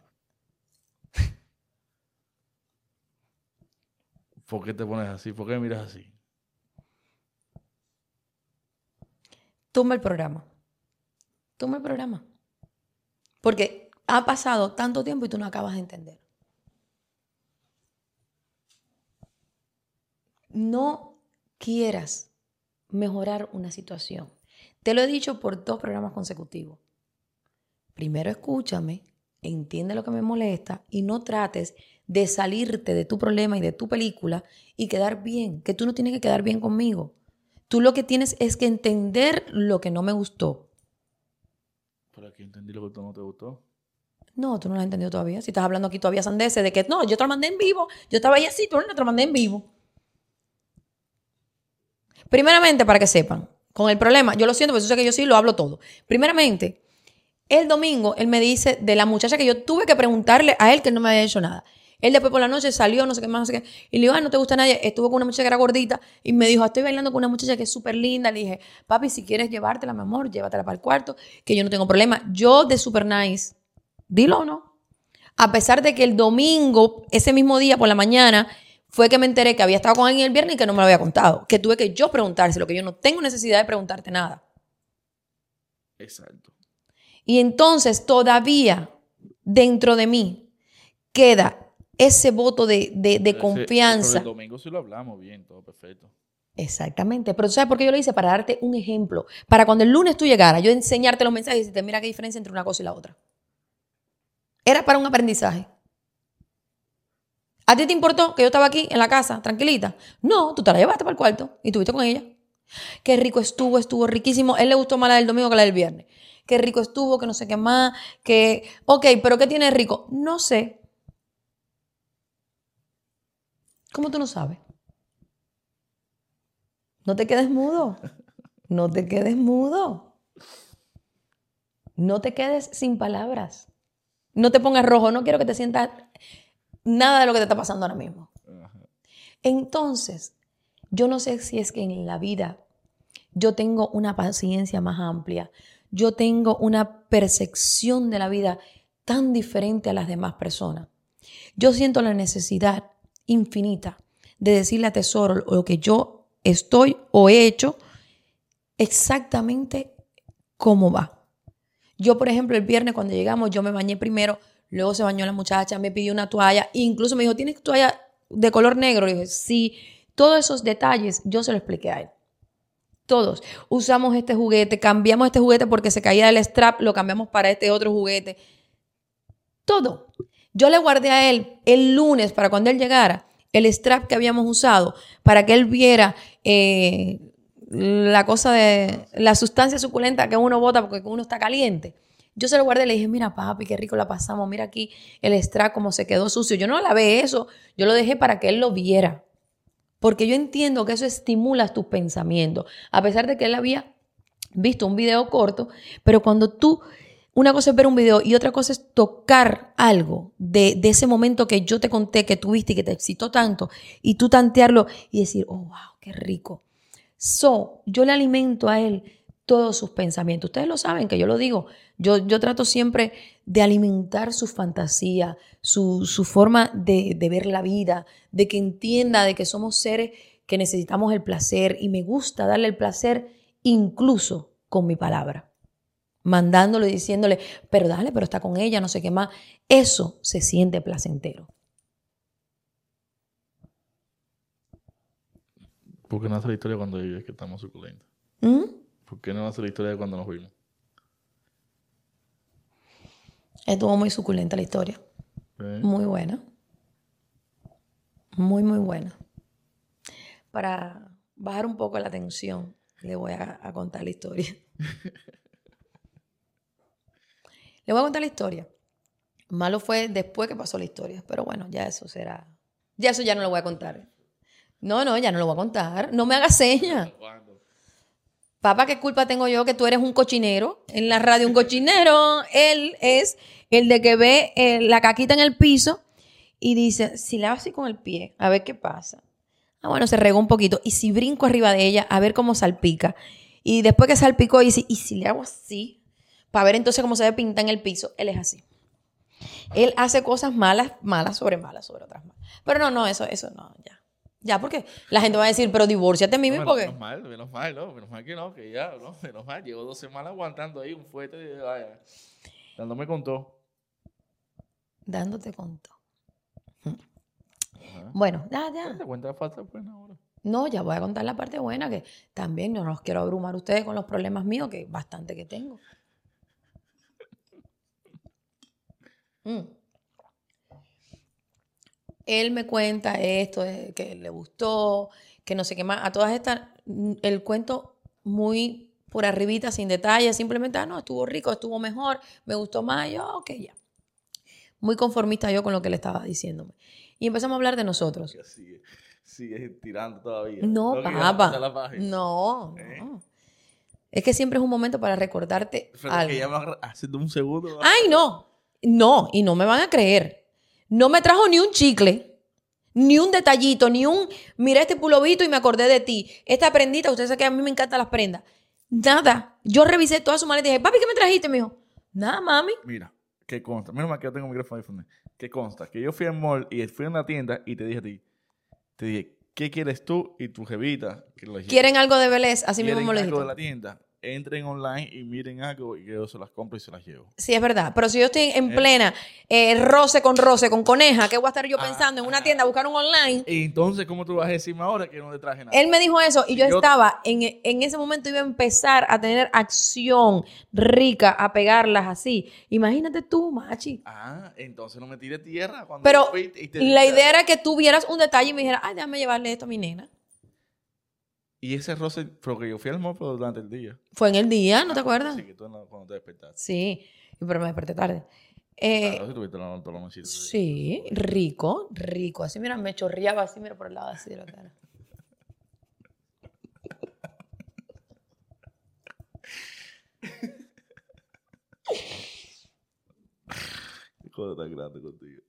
¿Por qué te pones así? ¿Por qué me miras así? Tumba el programa. Tumba el programa. Porque ha pasado tanto tiempo y tú no acabas de entender. No quieras mejorar una situación. Te lo he dicho por 2 programas consecutivos. Primero escúchame, entiende lo que me molesta y no trates de salirte de tu problema y de tu película y quedar bien, que tú no tienes que quedar bien conmigo. Tú lo que tienes es que entender lo que no me gustó. ¿Pero aquí entendí lo que no te gustó? No, tú no lo has entendido todavía. Si estás hablando aquí todavía sandeces de que no, yo te lo mandé en vivo. Yo estaba ahí así, tú no te lo mandé en vivo. Primeramente, para que sepan, con el problema, yo lo siento, porque yo sé que yo sí lo hablo todo. Primeramente, el domingo, él me dice de la muchacha que yo tuve que preguntarle a él que él no me había hecho nada. Él después por la noche salió, no sé qué más, no sé qué. Y le digo, no te gusta nadie. Estuvo con una muchacha que era gordita y me dijo, estoy bailando con una muchacha que es súper linda. Le dije, papi, si quieres llevártela, mi amor, llévatela para el cuarto, que yo no tengo problema. Yo de super nice, dilo o no. A pesar de que el domingo, ese mismo día por la mañana, fue que me enteré que había estado con alguien el viernes y que no me lo había contado. Que tuve que yo preguntárselo, que yo no tengo necesidad de preguntarte nada. Exacto. Y entonces todavía dentro de mí queda ese voto de confianza. Pero el domingo sí lo hablamos bien, todo perfecto. Exactamente. Pero ¿tú sabes por qué yo lo hice? Para darte un ejemplo. Para cuando el lunes tú llegaras, yo enseñarte los mensajes y decirte, mira qué diferencia entre una cosa y la otra. Era para un aprendizaje. ¿A ti te importó que yo estaba aquí en la casa, tranquilita? No, tú te la llevaste para el cuarto y estuviste con ella. Qué rico estuvo riquísimo. A él le gustó más la del domingo que la del viernes. Qué rico estuvo, que no sé qué más, que... Ok, pero ¿qué tiene de rico? No sé. ¿Cómo tú no sabes? No te quedes mudo. No te quedes mudo. No te quedes sin palabras. No te pongas rojo. No quiero que te sientas nada de lo que te está pasando ahora mismo. Entonces, yo no sé si es que en la vida yo tengo una paciencia más amplia. Yo tengo una percepción de la vida tan diferente a las demás personas. Yo siento la necesidad infinita de decirle a Tesoro lo que yo estoy o he hecho exactamente cómo va. Yo, por ejemplo, el viernes cuando llegamos, yo me bañé primero, luego se bañó la muchacha, me pidió una toalla, incluso me dijo, ¿tienes toalla de color negro? Le dije, sí. Todos esos detalles yo se los expliqué a él. Todos. Usamos este juguete, cambiamos este juguete porque se caía del strap, lo cambiamos para este otro juguete. Todo. Yo le guardé a él el lunes para cuando él llegara el strap que habíamos usado para que él viera la cosa de la sustancia suculenta que uno bota porque uno está caliente. Yo se lo guardé y le dije, mira papi, qué rico la pasamos, mira aquí el strap como se quedó sucio. Yo no lavé eso, yo lo dejé para que él lo viera. Porque yo entiendo que eso estimula tus pensamientos. A pesar de que él había visto un video corto, pero cuando tú, una cosa es ver un video y otra cosa es tocar algo de ese momento que yo te conté, que tuviste y que te excitó tanto, y tú tantearlo y decir, oh, wow, qué rico. Yo le alimento a él todos sus pensamientos. Ustedes lo saben, que yo lo digo. Yo trato siempre de alimentar su fantasía, su forma de ver la vida, de que entienda de que somos seres que necesitamos el placer y me gusta darle el placer incluso con mi palabra. Mandándole y diciéndole, pero dale, pero está con ella, no sé qué más. Eso se siente placentero. ¿Por qué no hace la historia cuando dices que estamos suculentos? ¿Por qué no hace la historia de cuando nos fuimos? Estuvo muy suculenta la historia. Muy buena. Muy, muy buena. Para bajar un poco la tensión, le voy a contar la historia. Le voy a contar la historia. Malo fue después que pasó la historia. Pero bueno, ya eso será. Ya eso ya no lo voy a contar. No, ya no lo voy a contar. No me hagas señas. Papá, ¿qué culpa tengo yo que tú eres un cochinero? En la radio un cochinero. Él es el de que ve la caquita en el piso y dice, si le hago así con el pie, a ver qué pasa. Ah, bueno, se regó un poquito. Y si brinco arriba de ella, a ver cómo salpica. Y después que salpicó, dice, ¿y si le hago así? para ver entonces cómo se ve pinta en el piso. Él es así. Él hace cosas malas sobre otras malas. Pero no, eso no, ya. Ya, porque la gente va a decir, pero divórciate, Mimi, No, porque... menos mal, no, menos mal que no, que ya, no, menos mal. Llevo 2 semanas aguantando ahí un fuerte de vaya. Dándome con todo. Dándote conto. Ajá. Bueno, ya. ¿Te cuenta la falta buena ahora? No, ya voy a contar la parte buena, que también no los quiero abrumar a ustedes con los problemas míos, que bastante que tengo. Él me cuenta esto, de que le gustó, que no sé qué más. A todas estas, el cuento muy por arribita, sin detalles, simplemente, no, estuvo rico, estuvo mejor, me gustó más. Y yo, ok, ya. Muy conformista yo con lo que le estaba diciéndome. Y empezamos a hablar de nosotros. Sigue tirando todavía. No, quieres papá. pasar la página. No. Es que siempre es un momento para recordarte Pero algo. que ya me hace un segundo. ¡Ay, no! No, y no me van a creer. No me trajo ni un chicle, ni un detallito, ni un, mira este pulovito y me acordé de ti. Esta prendita, usted sabe que a mí me encantan las prendas. Nada. Yo revisé toda su maleta y dije, papi, ¿qué me trajiste? Me dijo, nada, mami. Mira, ¿qué consta? Menos mal que yo tengo micrófono iPhone. ¿Qué consta? Que yo fui al mall y fui a una tienda y te dije a ti, ¿qué quieres tú y tu jevita? Que lo ¿Quieren algo de Belés? Así mismo me lo algo de dijiste. la tienda. Entren online y miren algo y que yo se las compro y se las llevo. Sí, es verdad. Pero si yo estoy en plena roce con coneja, ¿qué voy a estar yo pensando en una tienda, buscar un online? Y entonces, ¿cómo tú vas a decirme ahora que no le traje nada? Él me dijo eso y Si yo yo- estaba, en ese momento iba a empezar a tener acción rica, a pegarlas así. Imagínate tú, machi. Entonces no me tires tierra. Cuando Pero yo fui y te la dije, idea era que tú vieras un detalle y me dijeras, ay, déjame llevarle esto a mi nena. Y ese roce, porque yo fui al mall pero durante el día. Fue en el día, ¿no te acuerdas? Sí, que tú cuando te despertaste. Sí, pero me desperté tarde. Claro, si tuviste toda la noche. Sí, rico. Así, mira, me chorreaba así, mira, por el lado así de la cara. Qué cosa tan grande contigo.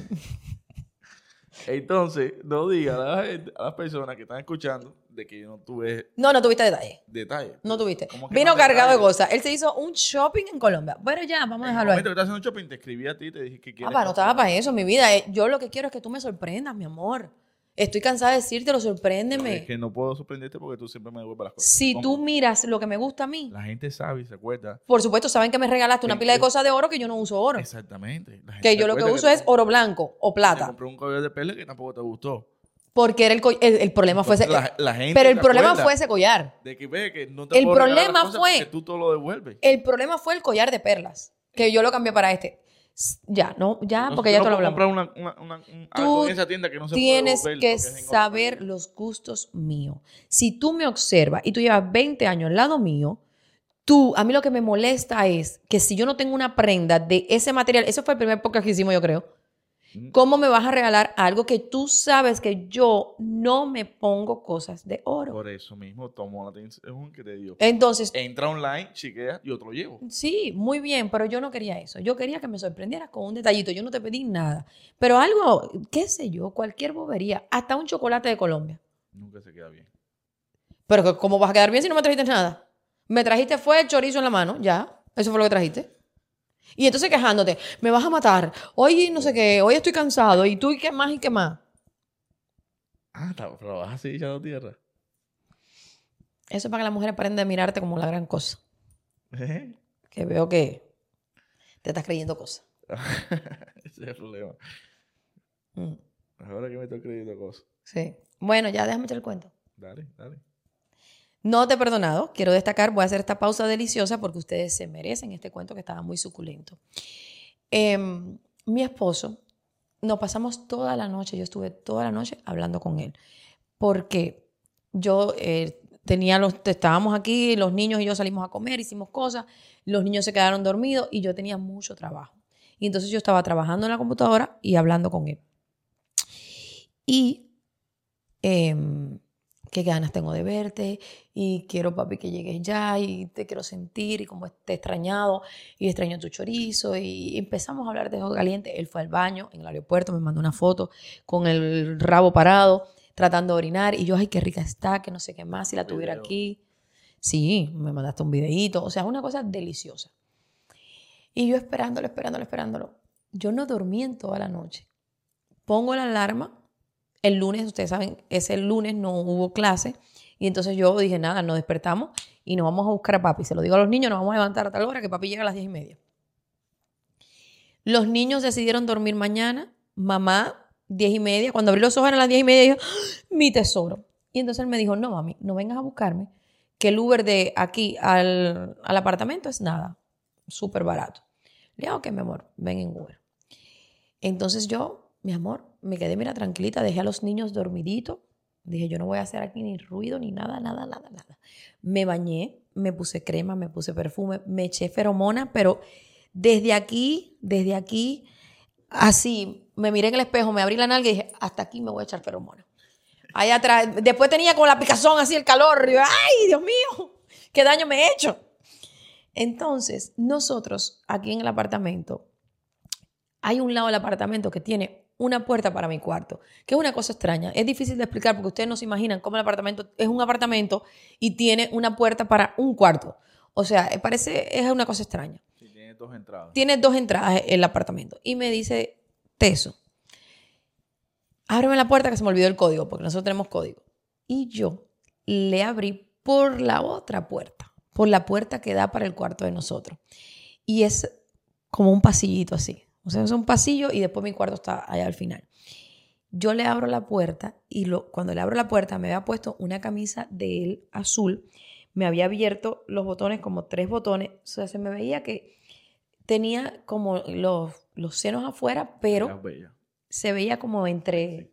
Entonces, no digas a las personas que están escuchando de que yo no tuve No tuviste detalle. detalles. No tuviste. ¿Cómo que Vino no cargado de detalles? cosas. Él se hizo un shopping en Colombia. Bueno, ya, vamos a En el dejarlo ahí. momento que estás haciendo shopping, te escribí a ti y te dije que quieres. Papá, no estaba para eso, mi vida. Yo lo que quiero es que tú me sorprendas, mi amor. Estoy cansada de decírtelo, sorpréndeme. Es que no puedo sorprenderte porque tú siempre me devuelves las cosas. Si tú ¿Cómo? miras lo que me gusta a mí, La gente sabe y se acuerda. por supuesto, saben que me regalaste una Sí, pila de sí. cosas de oro que yo no uso oro. Exactamente. La gente Que se yo lo que acuerda uso es tú- oro blanco o Te plata. compré un collar de perla que tampoco te gustó. Porque era el problema fue ese. La gente Pero el se problema acuerda fue ese collar. de que ve que no te El puedo regalar problema las cosas fue- porque tú todo lo devuelves. El problema fue el collar de perlas. Que yo lo cambié para este. Ya, No, porque yo ya no te lo puedo hablamos. comprar algo Tú en esa tienda que no se Tienes puede devolver que porque es en saber otro país. los gustos míos. Si tú me observas y tú llevas 20 años al lado mío, a mí lo que me molesta es que si yo no tengo una prenda de ese material, eso fue el primer podcast que hicimos, yo creo. ¿Cómo me vas a regalar algo que tú sabes que yo no me pongo cosas de oro? Por eso mismo tomo la atención que te dio. Entonces, Entra online, chiquea, yo te lo llevo. sí, muy bien, pero yo no quería eso. Yo quería que me sorprendieras con un detallito. Yo no te pedí nada. Pero algo, qué sé yo, cualquier bobería, hasta un chocolate de Colombia. Nunca se queda bien. Pero ¿cómo vas a quedar bien si no me trajiste nada? Me trajiste fue el chorizo en la mano, ya. Eso fue lo que trajiste. Y entonces quejándote, me vas a matar. Hoy no sé qué, hoy estoy cansado. ¿Y tú y qué más y qué más? Pero vas así echando tierra. Eso es para que la mujer aprenda a mirarte como la gran cosa. ¿Eh? Que veo que te estás creyendo cosas. Ese es el problema. Mm, Ahora que me estoy creyendo cosas. sí. Bueno, ya déjame echar el cuento. Dale. No te he perdonado. Quiero destacar, voy a hacer esta pausa deliciosa porque ustedes se merecen este cuento que estaba muy suculento. Mi esposo, nos pasamos toda la noche, yo estuve toda la noche hablando con él. Porque yo estábamos aquí, los niños y yo salimos a comer, hicimos cosas, los niños se quedaron dormidos y yo tenía mucho trabajo. Y entonces yo estaba trabajando en la computadora y hablando con él. Y qué ganas tengo de verte y quiero, papi, que llegues ya y te quiero sentir y como te he extrañado y extraño tu chorizo y empezamos a hablar de juego caliente. Él fue al baño en el aeropuerto, me mandó una foto con el rabo parado tratando de orinar y yo, ay, qué rica está, que no sé qué más, si la tuviera Video. aquí. Sí, me mandaste un videíto, o sea, es una cosa deliciosa. Y yo esperándolo. Yo no dormí en toda la noche. Pongo la alarma. El lunes, ustedes saben, ese lunes no hubo clase. Y entonces yo dije, nada, nos despertamos y nos vamos a buscar a papi. Se lo digo a los niños, nos vamos a levantar a tal hora que papi llega a las 10:30. Los niños decidieron dormir mañana. Mamá, 10:30. Cuando abrí los ojos eran las 10:30 y dijo, ¡ah! Mi tesoro. Y entonces él me dijo, no, mami, no vengas a buscarme, que el Uber de aquí al apartamento es nada, súper barato. Le dije, ok, mi amor, ven en Uber. Entonces yo, mi amor, me quedé, mira, tranquilita, dejé a los niños dormiditos. Dije, yo no voy a hacer aquí ni ruido, ni nada. Me bañé, me puse crema, me puse perfume, me eché feromona, pero desde aquí, así, me miré en el espejo, me abrí la nalga y dije, hasta aquí me voy a echar feromona. Allá atrás, después tenía como la picazón, así el calor, y yo, ¡ay, Dios mío! ¿Qué daño me he hecho? Entonces, nosotros, aquí en el apartamento, hay un lado del apartamento que tiene una puerta para mi cuarto, que es una cosa extraña. Es difícil de explicar porque ustedes no se imaginan cómo el apartamento es un apartamento y tiene una puerta para un cuarto. O sea, es una cosa extraña. Sí, tiene 2 entradas. Tiene 2 entradas el apartamento. Y me dice, Teso, ábreme la puerta que se me olvidó el código, porque nosotros tenemos código. Y yo le abrí por la otra puerta, por la puerta que da para el cuarto de nosotros. Y es como un pasillito así. O sea, es un pasillo y después mi cuarto está allá al final. Yo le abro la puerta y cuando le abro la puerta me había puesto una camisa de él azul. Me había abierto los botones, como 3 botones. O sea, se me veía que tenía como los senos afuera, pero se veía como entre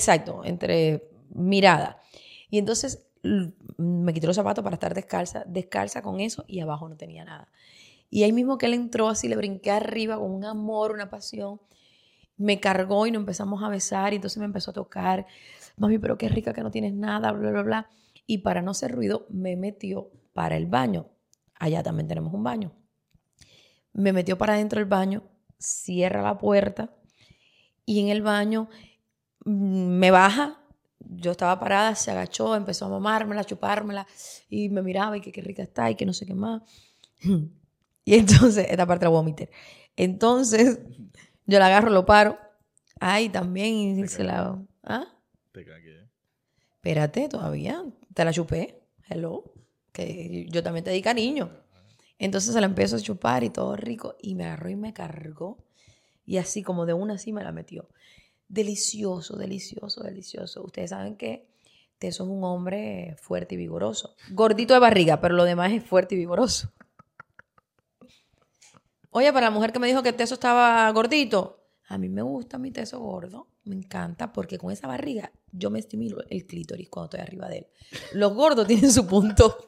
mirada. Y entonces me quité los zapatos para estar descalza con eso y abajo no tenía nada. Y ahí mismo que él entró así, le brinqué arriba con un amor, una pasión. Me cargó y nos empezamos a besar y entonces me empezó a tocar. Mami, pero qué rica que no tienes nada, bla, bla, bla. Y para no hacer ruido, me metió para el baño. Allá también tenemos un baño. Me metió para adentro del baño, cierra la puerta y en el baño me baja. Yo estaba parada, se agachó, empezó a mamármela, a chupármela y me miraba y que qué rica está y que no sé qué más. Y entonces, esta parte la voy a omitir. Entonces, yo la agarro, lo paro. Ay, también y se la... ¿Ah? Te cagué. Espérate, todavía. Te la chupé. Hello. Que yo también te di cariño. Entonces se la empiezo a chupar y todo rico. Y me agarró y me cargó. Y así, como de una así me la metió. Delicioso, delicioso, delicioso. Ustedes saben que Teso es un hombre fuerte y vigoroso. Gordito de barriga, pero lo demás es fuerte y vigoroso. Oye, para la mujer que me dijo que Teso estaba gordito, a mí me gusta mi Teso gordo, me encanta, porque con esa barriga yo me estimilo el clítoris cuando estoy arriba de él. Los gordos tienen su punto.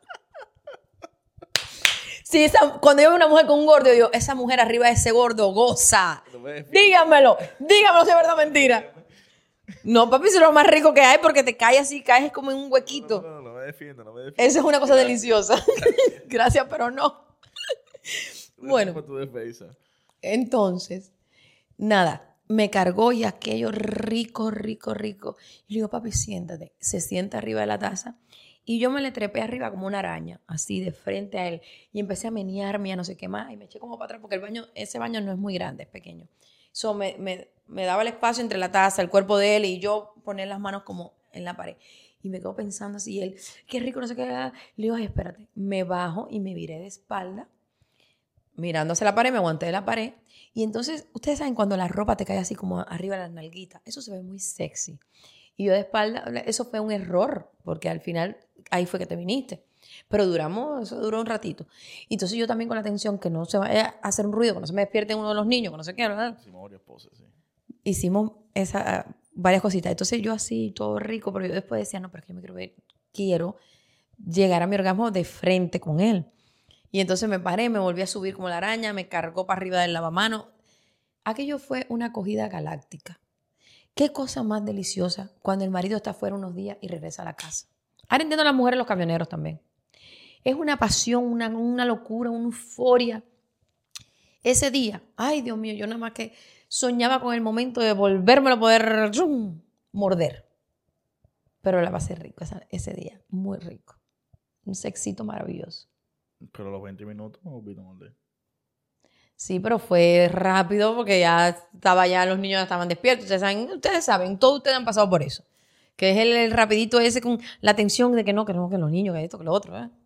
Sí, cuando yo veo una mujer con un gordo, yo digo, esa mujer arriba de ese gordo goza. Dígamelo si es verdad o mentira. No, papi, eso es lo más rico que hay porque te caes así, caes como en un huequito. No me defiendo. Eso es una cosa deliciosa. Gracias, pero no. Bueno, entonces, nada, me cargó y aquello rico. Y le digo, papi, siéntate. Se sienta arriba de la taza y yo me le trepé arriba como una araña, así de frente a él. Y empecé a menearme, a no sé qué más, y me eché como para atrás porque ese baño no es muy grande, es pequeño. So, me daba el espacio entre la taza, el cuerpo de él y yo poner las manos como en la pared. Y me quedo pensando así, él, qué rico, no sé qué. Le digo, ay, espérate. Me bajo y me viré de espalda. Mirando hacia la pared, me aguanté de la pared. Y entonces, ustedes saben cuando la ropa te cae así como arriba de las nalguitas. Eso se ve muy sexy. Y yo de espalda, eso fue un error, porque al final ahí fue que te viniste. Pero eso duró un ratito. Y entonces yo también con la atención que no se vaya a hacer un ruido, que no se me despierte uno de los niños, que no sé qué, ¿verdad? Hicimos varias poses, sí. Hicimos varias cositas. Entonces yo así, todo rico, pero yo después decía, no, pero es que yo quiero llegar a mi orgasmo de frente con él. Y entonces me paré, me volví a subir como la araña, me cargó para arriba del lavamanos. Aquello fue una acogida galáctica. Qué cosa más deliciosa cuando el marido está fuera unos días y regresa a la casa. Ahora entiendo a las mujeres, los camioneros también. Es una pasión, una locura, una euforia. Ese día, ay Dios mío, yo nada más que soñaba con el momento de volvérmelo a poder morder. Pero la pasé rico ese día, muy rico. Un sexito maravilloso. Pero a los 20 minutos me volví a morder. Sí, pero fue rápido porque los niños ya estaban despiertos. Ustedes saben, todos ustedes han pasado por eso. Que es el rapidito ese con la tensión de que no, que los niños, que esto, que lo otro, ¿eh?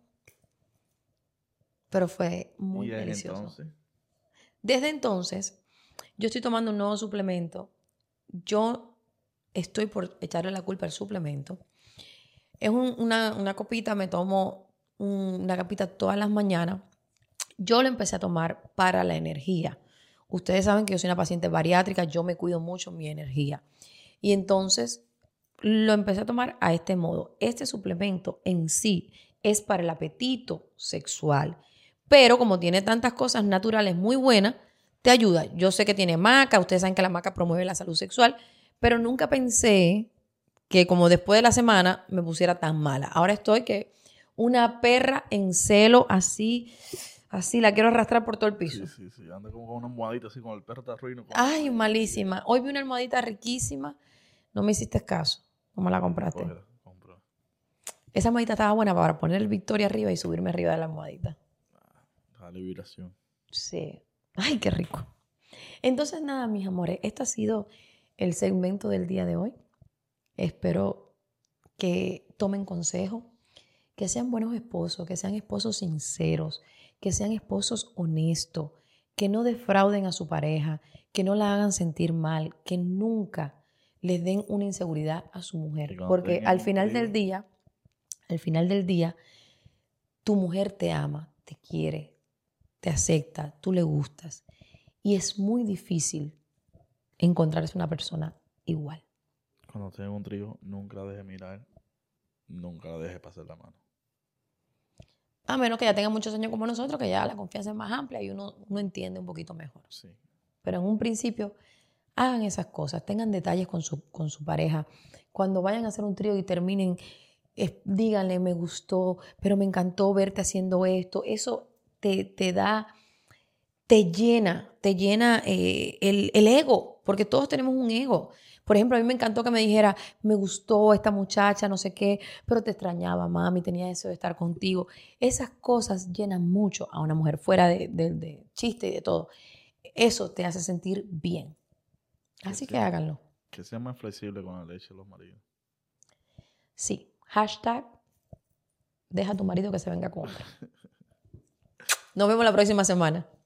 Pero fue muy delicioso. Desde entonces, yo estoy tomando un nuevo suplemento. Yo estoy por echarle la culpa al suplemento. Es una copita, me tomo una capita todas las mañanas. Yo lo empecé a tomar para la energía. Ustedes saben que yo soy una paciente bariátrica, yo me cuido mucho mi energía. Y entonces lo empecé a tomar a este modo. Este suplemento en sí es para el apetito sexual, pero como tiene tantas cosas naturales muy buenas, te ayuda. Yo sé que tiene maca, ustedes saben que la maca promueve la salud sexual, pero nunca pensé que como después de la semana me pusiera tan mala. Ahora estoy que una perra en celo así la quiero arrastrar por todo el piso. Sí. Anda como con una almohadita así, con el perro está ruino. Ay, malísima. Hoy vi una almohadita riquísima. No me hiciste caso. ¿Cómo la compraste? Compra. Esa almohadita estaba buena para poner el Victoria arriba y subirme arriba de la almohadita. Dale vibración. Sí. Ay, qué rico. Entonces, nada, mis amores, esto ha sido el segmento del día de hoy. Espero que tomen consejo, que sean buenos esposos, que sean esposos sinceros, que sean esposos honestos, que no defrauden a su pareja, que no la hagan sentir mal, que nunca les den una inseguridad a su mujer. Porque al final del día, tu mujer te ama, te quiere, te acepta, tú le gustas. Y es muy difícil encontrarse una persona igual. Cuando tengas un trío, nunca la dejes mirar, nunca la dejes pasar la mano. A menos que ya tenga muchos años como nosotros, que ya la confianza es más amplia y uno entiende un poquito mejor. Sí. Pero en un principio, hagan esas cosas, tengan detalles con su pareja. Cuando vayan a hacer un trío y terminen, díganle, me gustó, pero me encantó verte haciendo esto. Eso te llena el ego, porque todos tenemos un ego. Por ejemplo, a mí me encantó que me dijera, me gustó esta muchacha, no sé qué, pero te extrañaba, mami, tenía deseo de estar contigo. Esas cosas llenan mucho a una mujer, fuera de chiste y de todo. Eso te hace sentir bien. Así que háganlo. Que sea más flexible con la leche de los maridos. Sí. #, deja a tu marido que se venga con otra. Nos vemos la próxima semana.